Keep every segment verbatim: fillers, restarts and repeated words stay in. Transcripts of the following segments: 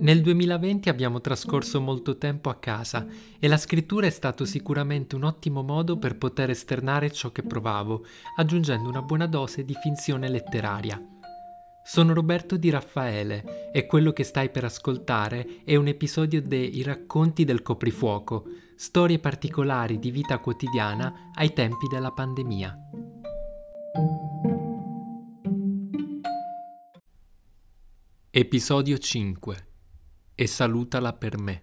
Nel duemilaventi abbiamo trascorso molto tempo a casa e la scrittura è stato sicuramente un ottimo modo per poter esternare ciò che provavo, aggiungendo una buona dose di finzione letteraria. Sono Roberto Di Raffaele e quello che stai per ascoltare è un episodio dei Racconti del Coprifuoco, storie particolari di vita quotidiana ai tempi della pandemia. Episodio cinque. E salutala per me.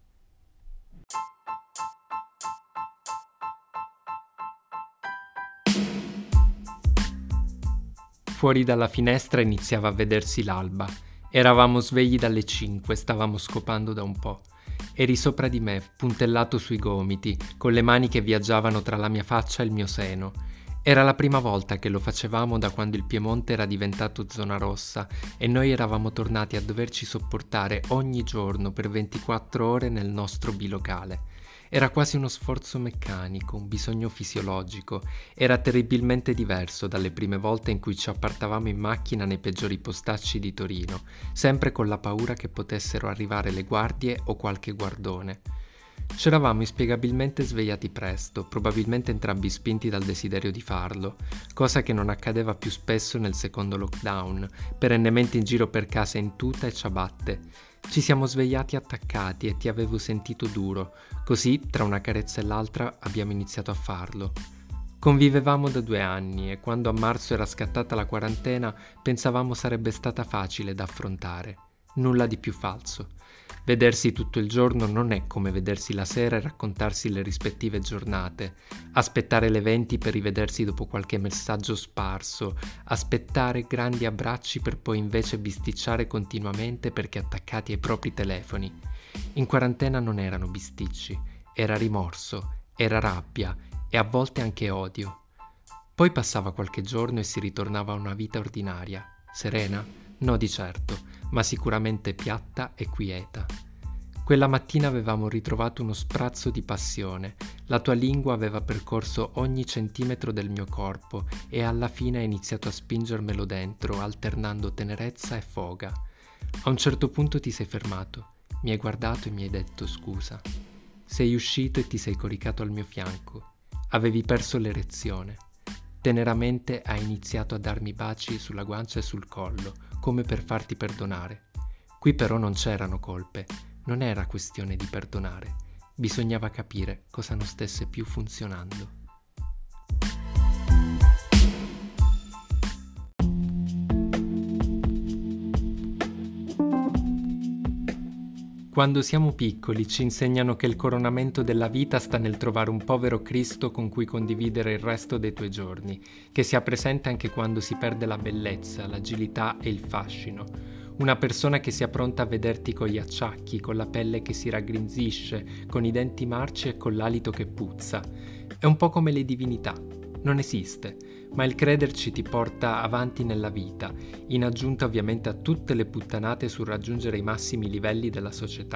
Fuori dalla finestra iniziava a vedersi l'alba. Eravamo svegli dalle cinque, stavamo scopando da un po'. Eri sopra di me, puntellato sui gomiti, con le mani che viaggiavano tra la mia faccia e il mio seno. Era la prima volta che lo facevamo da quando il Piemonte era diventato zona rossa e noi eravamo tornati a doverci sopportare ogni giorno per ventiquattro ore nel nostro bilocale. Era quasi uno sforzo meccanico, un bisogno fisiologico. Era terribilmente diverso dalle prime volte in cui ci appartavamo in macchina nei peggiori postacci di Torino, sempre con la paura che potessero arrivare le guardie o qualche guardone. C'eravamo inspiegabilmente svegliati presto, probabilmente entrambi spinti dal desiderio di farlo, cosa che non accadeva più spesso nel secondo lockdown, perennemente in giro per casa in tuta e ciabatte. Ci siamo svegliati attaccati e ti avevo sentito duro, così tra una carezza e l'altra abbiamo iniziato a farlo. Convivevamo da due anni e quando a marzo era scattata la quarantena pensavamo sarebbe stata facile da affrontare. Nulla di più falso. Vedersi tutto il giorno non è come vedersi la sera e raccontarsi le rispettive giornate, aspettare le venti per rivedersi dopo qualche messaggio sparso, aspettare grandi abbracci per poi invece bisticciare continuamente perché attaccati ai propri telefoni. In quarantena non erano bisticci, era rimorso, era rabbia e a volte anche odio. Poi passava qualche giorno e si ritornava a una vita ordinaria, serena? No di certo, ma sicuramente piatta e quieta. Quella mattina avevamo ritrovato uno sprazzo di passione, la tua lingua aveva percorso ogni centimetro del mio corpo e alla fine ha iniziato a spingermelo dentro, alternando tenerezza e foga. A un certo punto ti sei fermato, mi hai guardato e mi hai detto scusa. Sei uscito e ti sei coricato al mio fianco. Avevi perso l'erezione. Teneramente hai iniziato a darmi baci sulla guancia e sul collo, come per farti perdonare. Qui però non c'erano colpe, non era questione di perdonare, bisognava capire cosa non stesse più funzionando. Quando siamo piccoli ci insegnano che il coronamento della vita sta nel trovare un povero Cristo con cui condividere il resto dei tuoi giorni, che sia presente anche quando si perde la bellezza, l'agilità e il fascino. Una persona che sia pronta a vederti con gli acciacchi, con la pelle che si raggrinzisce, con i denti marci e con l'alito che puzza. È un po' come le divinità. Non esiste, ma il crederci ti porta avanti nella vita, in aggiunta ovviamente a tutte le puttanate sul raggiungere i massimi livelli della società.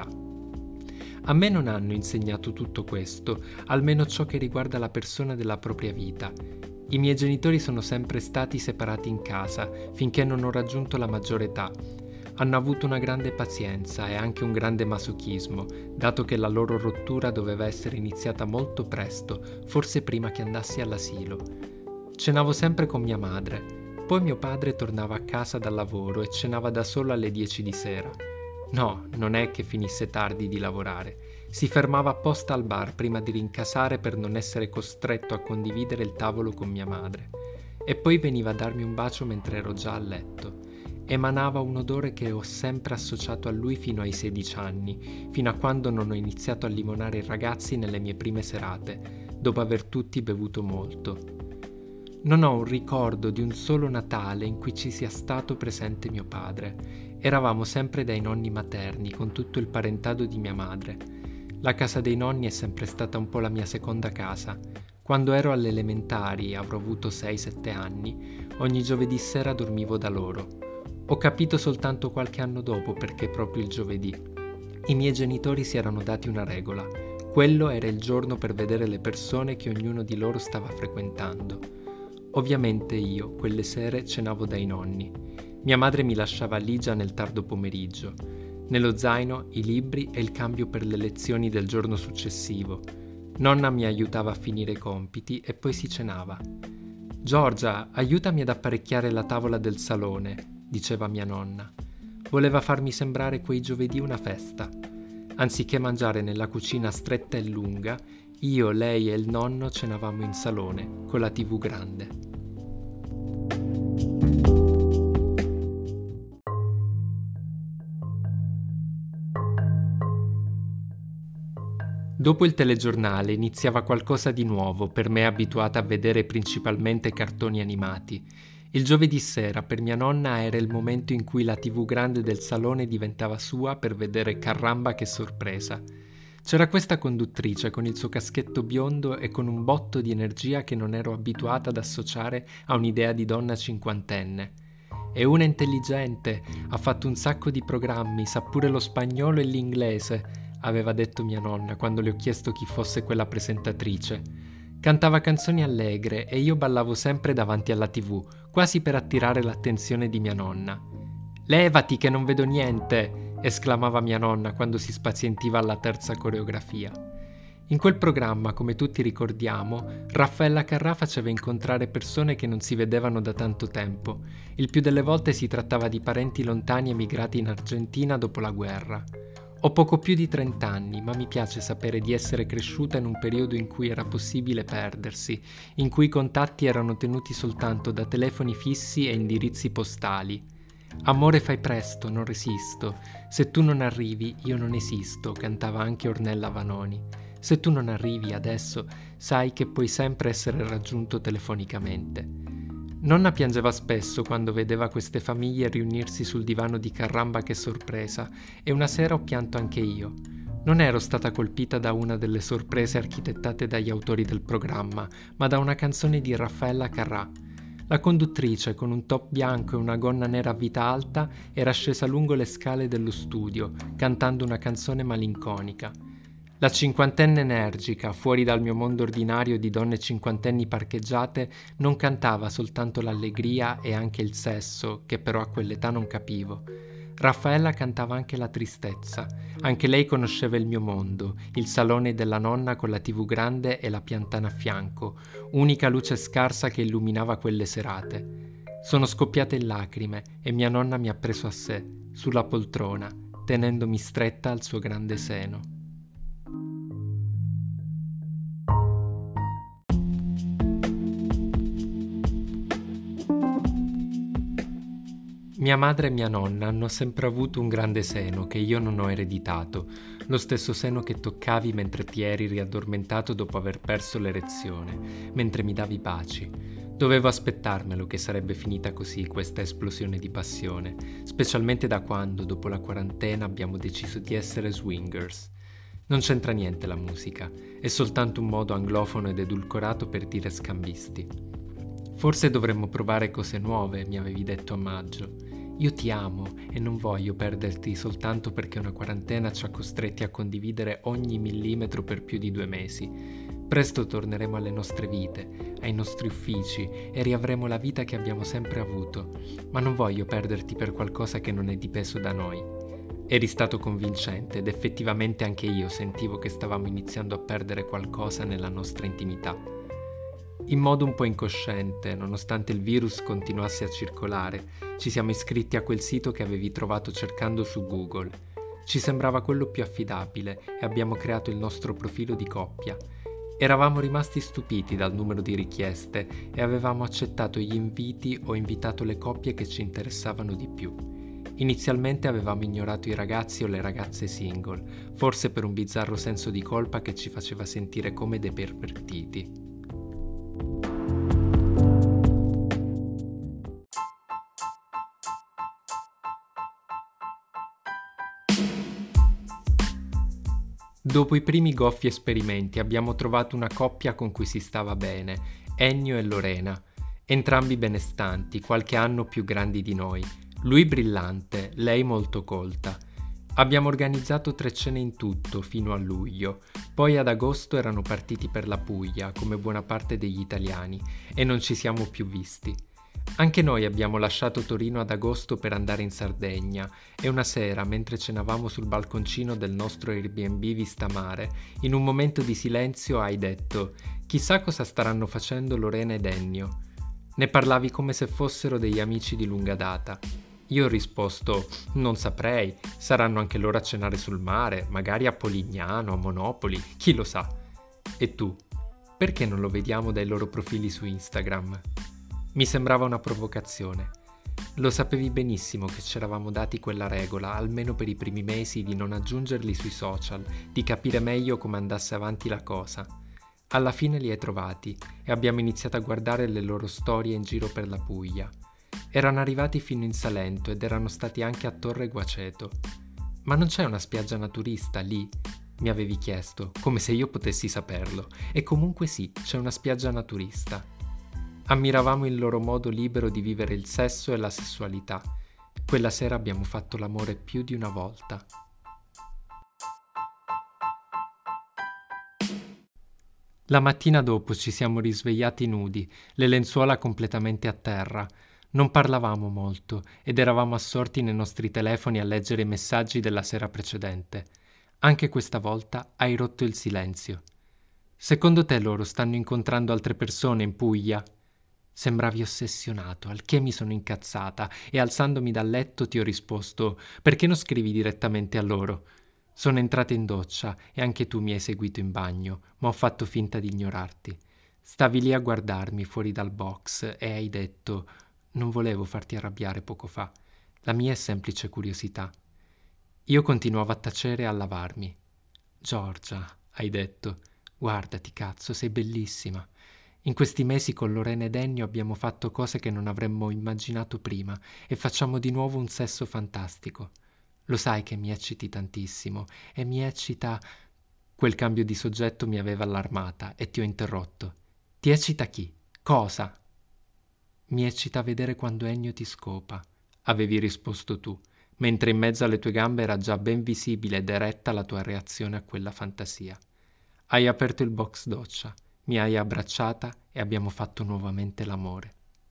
A me non hanno insegnato tutto questo, almeno ciò che riguarda la persona della propria vita. I miei genitori sono sempre stati separati in casa, finché non ho raggiunto la maggiore età. Hanno avuto una grande pazienza e anche un grande masochismo, dato che la loro rottura doveva essere iniziata molto presto, forse prima che andassi all'asilo. Cenavo sempre con mia madre, poi mio padre tornava a casa dal lavoro e cenava da solo alle dieci di sera. No, non è che finisse tardi di lavorare, si fermava apposta al bar prima di rincasare per non essere costretto a condividere il tavolo con mia madre. E poi veniva a darmi un bacio mentre ero già a letto. Emanava un odore che ho sempre associato a lui fino ai sedici anni, fino a quando non ho iniziato a limonare i ragazzi nelle mie prime serate, dopo aver tutti bevuto molto. Non ho un ricordo di un solo Natale in cui ci sia stato presente mio padre. Eravamo sempre dai nonni materni, con tutto il parentado di mia madre. La casa dei nonni è sempre stata un po' la mia seconda casa. Quando ero alle elementari, avrò avuto sei sette anni, ogni giovedì sera dormivo da loro. Ho capito soltanto qualche anno dopo perché proprio il giovedì. I miei genitori si erano dati una regola. Quello era il giorno per vedere le persone che ognuno di loro stava frequentando. Ovviamente io, quelle sere, cenavo dai nonni. Mia madre mi lasciava lì già nel tardo pomeriggio. Nello zaino i libri e il cambio per le lezioni del giorno successivo. Nonna mi aiutava a finire i compiti e poi si cenava. «Giorgia, aiutami ad apparecchiare la tavola del salone», diceva mia nonna. Voleva farmi sembrare quei giovedì una festa. Anziché mangiare nella cucina stretta e lunga, io, lei e il nonno cenavamo in salone, con la tivù grande. Dopo il telegiornale iniziava qualcosa di nuovo per me abituata a vedere principalmente cartoni animati. Il giovedì sera per mia nonna era il momento in cui la tivù grande del salone diventava sua per vedere Carramba che sorpresa. C'era questa conduttrice con il suo caschetto biondo e con un botto di energia che non ero abituata ad associare a un'idea di donna cinquantenne. È una intelligente, ha fatto un sacco di programmi, sa pure lo spagnolo e l'inglese, aveva detto mia nonna quando le ho chiesto chi fosse quella presentatrice. Cantava canzoni allegre e io ballavo sempre davanti alla tivù, quasi per attirare l'attenzione di mia nonna. «Levati che non vedo niente!» esclamava mia nonna quando si spazientiva alla terza coreografia. In quel programma, come tutti ricordiamo, Raffaella Carrà faceva incontrare persone che non si vedevano da tanto tempo. Il più delle volte si trattava di parenti lontani emigrati in Argentina dopo la guerra. Ho poco più di trent'anni, ma mi piace sapere di essere cresciuta in un periodo in cui era possibile perdersi, in cui i contatti erano tenuti soltanto da telefoni fissi e indirizzi postali. «Amore, fai presto, non resisto. Se tu non arrivi, io non esisto», cantava anche Ornella Vanoni. «Se tu non arrivi adesso, sai che puoi sempre essere raggiunto telefonicamente». Nonna piangeva spesso quando vedeva queste famiglie riunirsi sul divano di Carramba che sorpresa, e una sera ho pianto anche io. Non ero stata colpita da una delle sorprese architettate dagli autori del programma, ma da una canzone di Raffaella Carrà. La conduttrice, con un top bianco e una gonna nera a vita alta, era scesa lungo le scale dello studio, cantando una canzone malinconica. La cinquantenne energica, fuori dal mio mondo ordinario di donne cinquantenni parcheggiate, non cantava soltanto l'allegria e anche il sesso, che però a quell'età non capivo. Raffaella cantava anche la tristezza. Anche lei conosceva il mio mondo, il salone della nonna con la tivù grande e la piantana a fianco, unica luce scarsa che illuminava quelle serate. Sono scoppiate in lacrime e mia nonna mi ha preso a sé, sulla poltrona, tenendomi stretta al suo grande seno. Mia madre e mia nonna hanno sempre avuto un grande seno che io non ho ereditato, lo stesso seno che toccavi mentre ti eri riaddormentato dopo aver perso l'erezione, mentre mi davi baci. Dovevo aspettarmelo che sarebbe finita così questa esplosione di passione, specialmente da quando, dopo la quarantena, abbiamo deciso di essere swingers. Non c'entra niente la musica, è soltanto un modo anglofono ed edulcorato per dire scambisti. Forse dovremmo provare cose nuove, mi avevi detto a maggio. Io ti amo e non voglio perderti soltanto perché una quarantena ci ha costretti a condividere ogni millimetro per più di due mesi. Presto torneremo alle nostre vite, ai nostri uffici e riavremo la vita che abbiamo sempre avuto, ma non voglio perderti per qualcosa che non è dipeso da noi. Eri stato convincente ed effettivamente anche io sentivo che stavamo iniziando a perdere qualcosa nella nostra intimità. In modo un po' incosciente, nonostante il virus continuasse a circolare, ci siamo iscritti a quel sito che avevi trovato cercando su Google. Ci sembrava quello più affidabile e abbiamo creato il nostro profilo di coppia. Eravamo rimasti stupiti dal numero di richieste e avevamo accettato gli inviti o invitato le coppie che ci interessavano di più. Inizialmente avevamo ignorato i ragazzi o le ragazze single, forse per un bizzarro senso di colpa che ci faceva sentire come dei pervertiti. Dopo i primi goffi esperimenti abbiamo trovato una coppia con cui si stava bene, Ennio e Lorena, entrambi benestanti, qualche anno più grandi di noi, lui brillante, lei molto colta. Abbiamo organizzato tre cene in tutto fino a luglio, poi ad agosto erano partiti per la Puglia, come buona parte degli italiani, e non ci siamo più visti. Anche noi abbiamo lasciato Torino ad agosto per andare in Sardegna e una sera, mentre cenavamo sul balconcino del nostro Airbnb vista mare, in un momento di silenzio hai detto «Chissà cosa staranno facendo Lorena ed Ennio». Ne parlavi come se fossero degli amici di lunga data. Io ho risposto «Non saprei, saranno anche loro a cenare sul mare, magari a Polignano, a Monopoli, chi lo sa». E tu? Perché non lo vediamo dai loro profili su Instagram? Mi sembrava una provocazione. Lo sapevi benissimo che ci eravamo dati quella regola, almeno per i primi mesi, di non aggiungerli sui social, di capire meglio come andasse avanti la cosa. Alla fine li hai trovati e abbiamo iniziato a guardare le loro storie in giro per la Puglia. Erano arrivati fino in Salento ed erano stati anche a Torre Guaceto. «Ma non c'è una spiaggia naturista lì?» mi avevi chiesto, come se io potessi saperlo. E comunque sì, c'è una spiaggia naturista. Ammiravamo il loro modo libero di vivere il sesso e la sessualità. Quella sera abbiamo fatto l'amore più di una volta. La mattina dopo ci siamo risvegliati nudi, le lenzuola completamente a terra. Non parlavamo molto ed eravamo assorti nei nostri telefoni a leggere i messaggi della sera precedente. Anche questa volta hai rotto il silenzio. Secondo te loro stanno incontrando altre persone in Puglia? Sembravi ossessionato, al che mi sono incazzata e alzandomi dal letto ti ho risposto «Perché non scrivi direttamente a loro?» Sono entrata in doccia e anche tu mi hai seguito in bagno, ma ho fatto finta di ignorarti. Stavi lì a guardarmi fuori dal box e hai detto «Non volevo farti arrabbiare poco fa, la mia è semplice curiosità». Io continuavo a tacere e a lavarmi. «Giorgia», hai detto, «guardati cazzo, sei bellissima». In questi mesi con Lorena ed Ennio abbiamo fatto cose che non avremmo immaginato prima e facciamo di nuovo un sesso fantastico. Lo sai che mi ecciti tantissimo e mi eccita... Quel cambio di soggetto mi aveva allarmata e ti ho interrotto. Ti eccita chi? Cosa? Mi eccita vedere quando Ennio ti scopa, avevi risposto tu, mentre in mezzo alle tue gambe era già ben visibile ed eretta la tua reazione a quella fantasia. Hai aperto il box doccia. Mi hai abbracciata e abbiamo fatto nuovamente l'amore.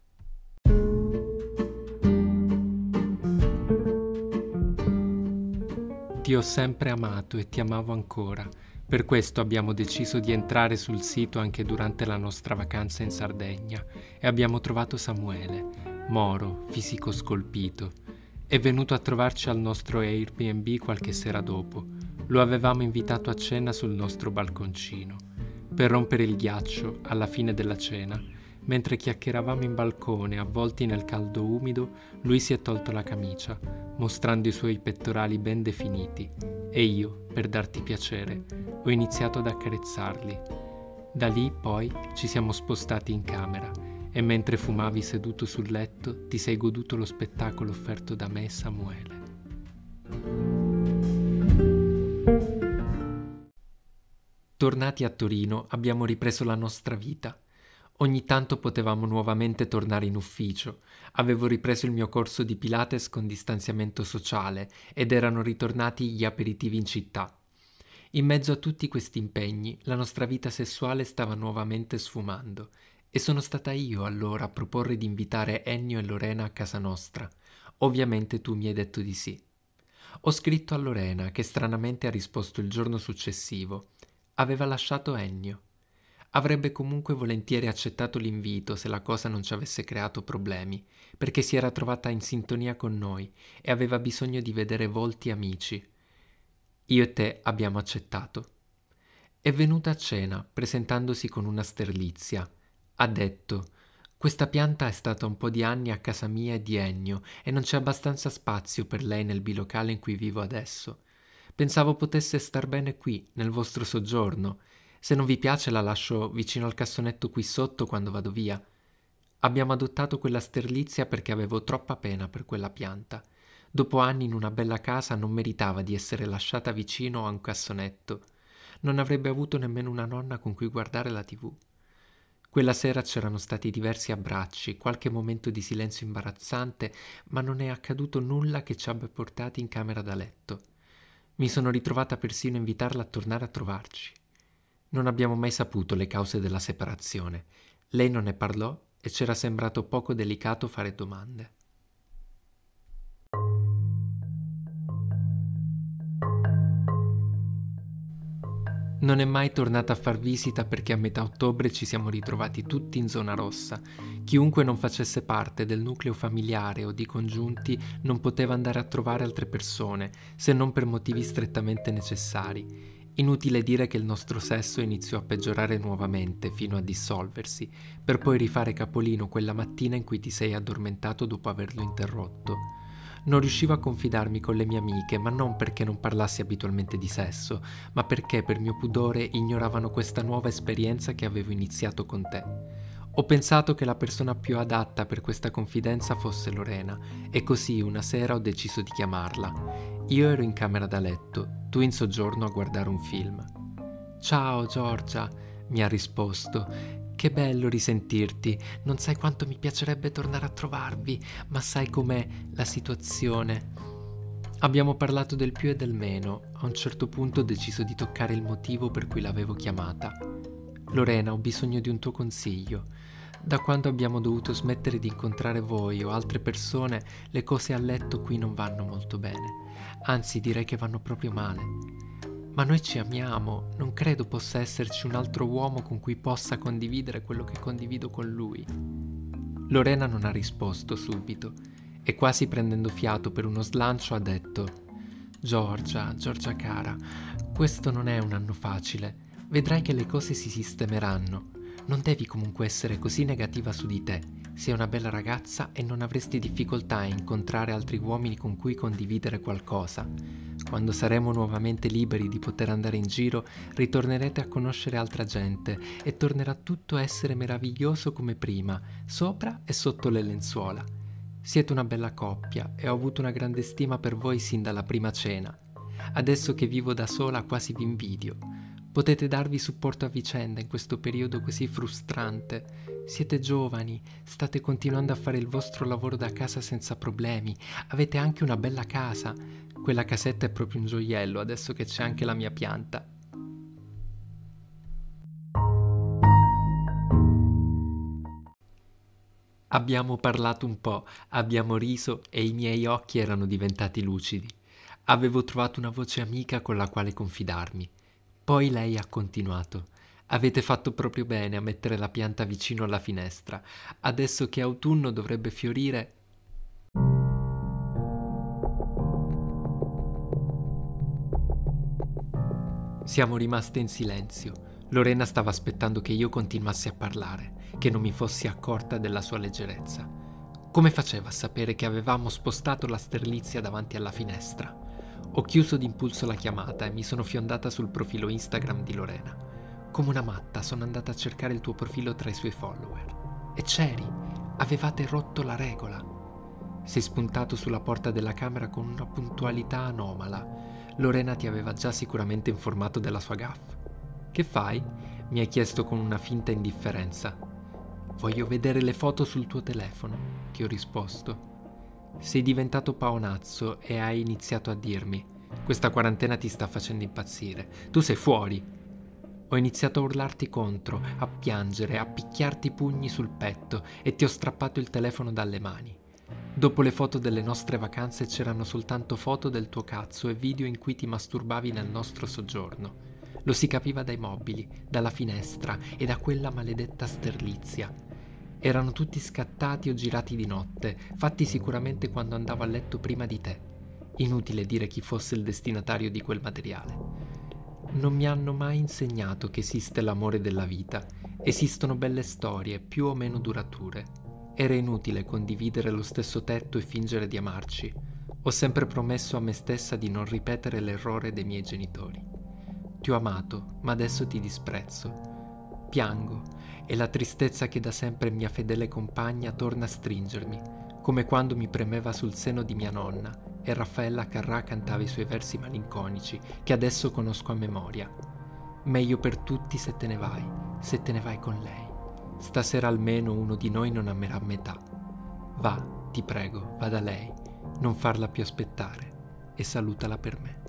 Ti ho sempre amato e ti amavo ancora. Per questo abbiamo deciso di entrare sul sito anche durante la nostra vacanza in Sardegna e abbiamo trovato Samuele, moro, fisico scolpito. È venuto a trovarci al nostro Airbnb qualche sera dopo. Lo avevamo invitato a cena sul nostro balconcino. Per rompere il ghiaccio, alla fine della cena, mentre chiacchieravamo in balcone avvolti nel caldo umido, lui si è tolto la camicia, mostrando i suoi pettorali ben definiti, e io, per darti piacere, ho iniziato ad accarezzarli. Da lì, poi, ci siamo spostati in camera, e mentre fumavi seduto sul letto, ti sei goduto lo spettacolo offerto da me e Samuele. Tornati a Torino abbiamo ripreso la nostra vita. Ogni tanto potevamo nuovamente tornare in ufficio. Avevo ripreso il mio corso di Pilates con distanziamento sociale ed erano ritornati gli aperitivi in città. In mezzo a tutti questi impegni la nostra vita sessuale stava nuovamente sfumando e sono stata io allora a proporre di invitare Ennio e Lorena a casa nostra. Ovviamente tu mi hai detto di sì. Ho scritto a Lorena che stranamente ha risposto il giorno successivo. Aveva lasciato Ennio. Avrebbe comunque volentieri accettato l'invito se la cosa non ci avesse creato problemi, perché si era trovata in sintonia con noi e aveva bisogno di vedere volti amici. Io e te abbiamo accettato. È venuta a cena, presentandosi con una sterlizia. Ha detto: «Questa pianta è stata un po' di anni a casa mia e di Ennio e non c'è abbastanza spazio per lei nel bilocale in cui vivo adesso. Pensavo potesse star bene qui, nel vostro soggiorno. Se non vi piace la lascio vicino al cassonetto qui sotto quando vado via». Abbiamo adottato quella sterlizia perché avevo troppa pena per quella pianta. Dopo anni in una bella casa non meritava di essere lasciata vicino a un cassonetto. Non avrebbe avuto nemmeno una nonna con cui guardare la tivù. Quella sera c'erano stati diversi abbracci, qualche momento di silenzio imbarazzante, ma non è accaduto nulla che ci abbia portati in camera da letto. Mi sono ritrovata persino a invitarla a tornare a trovarci. Non abbiamo mai saputo le cause della separazione. Lei non ne parlò e c'era sembrato poco delicato fare domande. Non è mai tornata a far visita perché a metà ottobre ci siamo ritrovati tutti in zona rossa. Chiunque non facesse parte del nucleo familiare o di congiunti non poteva andare a trovare altre persone, se non per motivi strettamente necessari. Inutile dire che il nostro sesso iniziò a peggiorare nuovamente fino a dissolversi, per poi rifare capolino quella mattina in cui ti sei addormentato dopo averlo interrotto. Non riuscivo a confidarmi con le mie amiche, ma non perché non parlassi abitualmente di sesso, ma perché per mio pudore ignoravano questa nuova esperienza che avevo iniziato con te. Ho pensato che la persona più adatta per questa confidenza fosse Lorena, e così una sera ho deciso di chiamarla. Io ero in camera da letto, tu in soggiorno a guardare un film. «Ciao Giorgia», mi ha risposto. «Che bello risentirti, non sai quanto mi piacerebbe tornare a trovarvi, ma sai com'è la situazione». Abbiamo parlato del più e del meno, a un certo punto ho deciso di toccare il motivo per cui l'avevo chiamata. «Lorena, ho bisogno di un tuo consiglio. Da quando abbiamo dovuto smettere di incontrare voi o altre persone, le cose a letto qui non vanno molto bene, anzi direi che vanno proprio male. Ma noi ci amiamo, non credo possa esserci un altro uomo con cui possa condividere quello che condivido con lui». Lorena non ha risposto subito e quasi prendendo fiato per uno slancio ha detto: «Giorgia, Giorgia cara, questo non è un anno facile, vedrai che le cose si sistemeranno. Non devi comunque essere così negativa su di te, sei una bella ragazza e non avresti difficoltà a incontrare altri uomini con cui condividere qualcosa. Quando saremo nuovamente liberi di poter andare in giro, ritornerete a conoscere altra gente e tornerà tutto a essere meraviglioso come prima, sopra e sotto le lenzuola. Siete una bella coppia e ho avuto una grande stima per voi sin dalla prima cena. Adesso che vivo da sola quasi vi invidio. Potete darvi supporto a vicenda in questo periodo così frustrante. Siete giovani, state continuando a fare il vostro lavoro da casa senza problemi, avete anche una bella casa. Quella casetta è proprio un gioiello adesso che c'è anche la mia pianta». Abbiamo parlato un po', abbiamo riso e i miei occhi erano diventati lucidi. Avevo trovato una voce amica con la quale confidarmi. Poi lei ha continuato: «Avete fatto proprio bene a mettere la pianta vicino alla finestra. Adesso che autunno dovrebbe fiorire». Siamo rimaste in silenzio. Lorena stava aspettando che io continuassi a parlare, che non mi fossi accorta della sua leggerezza. Come faceva a sapere che avevamo spostato la sterlizia davanti alla finestra? Ho chiuso d'impulso la chiamata e mi sono fiondata sul profilo Instagram di Lorena. Come una matta sono andata a cercare il tuo profilo tra i suoi follower. E c'eri, avevate rotto la regola. Sei spuntato sulla porta della camera con una puntualità anomala. Lorena ti aveva già sicuramente informato della sua gaffe. «Che fai?» mi hai chiesto con una finta indifferenza. «Voglio vedere le foto sul tuo telefono», ti ho risposto. Sei diventato paonazzo e hai iniziato a dirmi: «Questa quarantena ti sta facendo impazzire, tu sei fuori». Ho iniziato a urlarti contro, a piangere, a picchiarti i pugni sul petto e ti ho strappato il telefono dalle mani. Dopo le foto delle nostre vacanze c'erano soltanto foto del tuo cazzo e video in cui ti masturbavi nel nostro soggiorno. Lo si capiva dai mobili, dalla finestra e da quella maledetta sterlizia. Erano tutti scattati o girati di notte, fatti sicuramente quando andavo a letto prima di te. Inutile dire chi fosse il destinatario di quel materiale. Non mi hanno mai insegnato che esiste l'amore della vita. Esistono belle storie, più o meno durature. Era inutile condividere lo stesso tetto e fingere di amarci. Ho sempre promesso a me stessa di non ripetere l'errore dei miei genitori. Ti ho amato, ma adesso ti disprezzo. Piango e la tristezza che da sempre mia fedele compagna torna a stringermi, come quando mi premeva sul seno di mia nonna e Raffaella Carrà cantava i suoi versi malinconici che adesso conosco a memoria. Meglio per tutti se te ne vai, se te ne vai con lei. Stasera almeno uno di noi non amerà metà. Va, ti prego, va da lei, non farla più aspettare e salutala per me».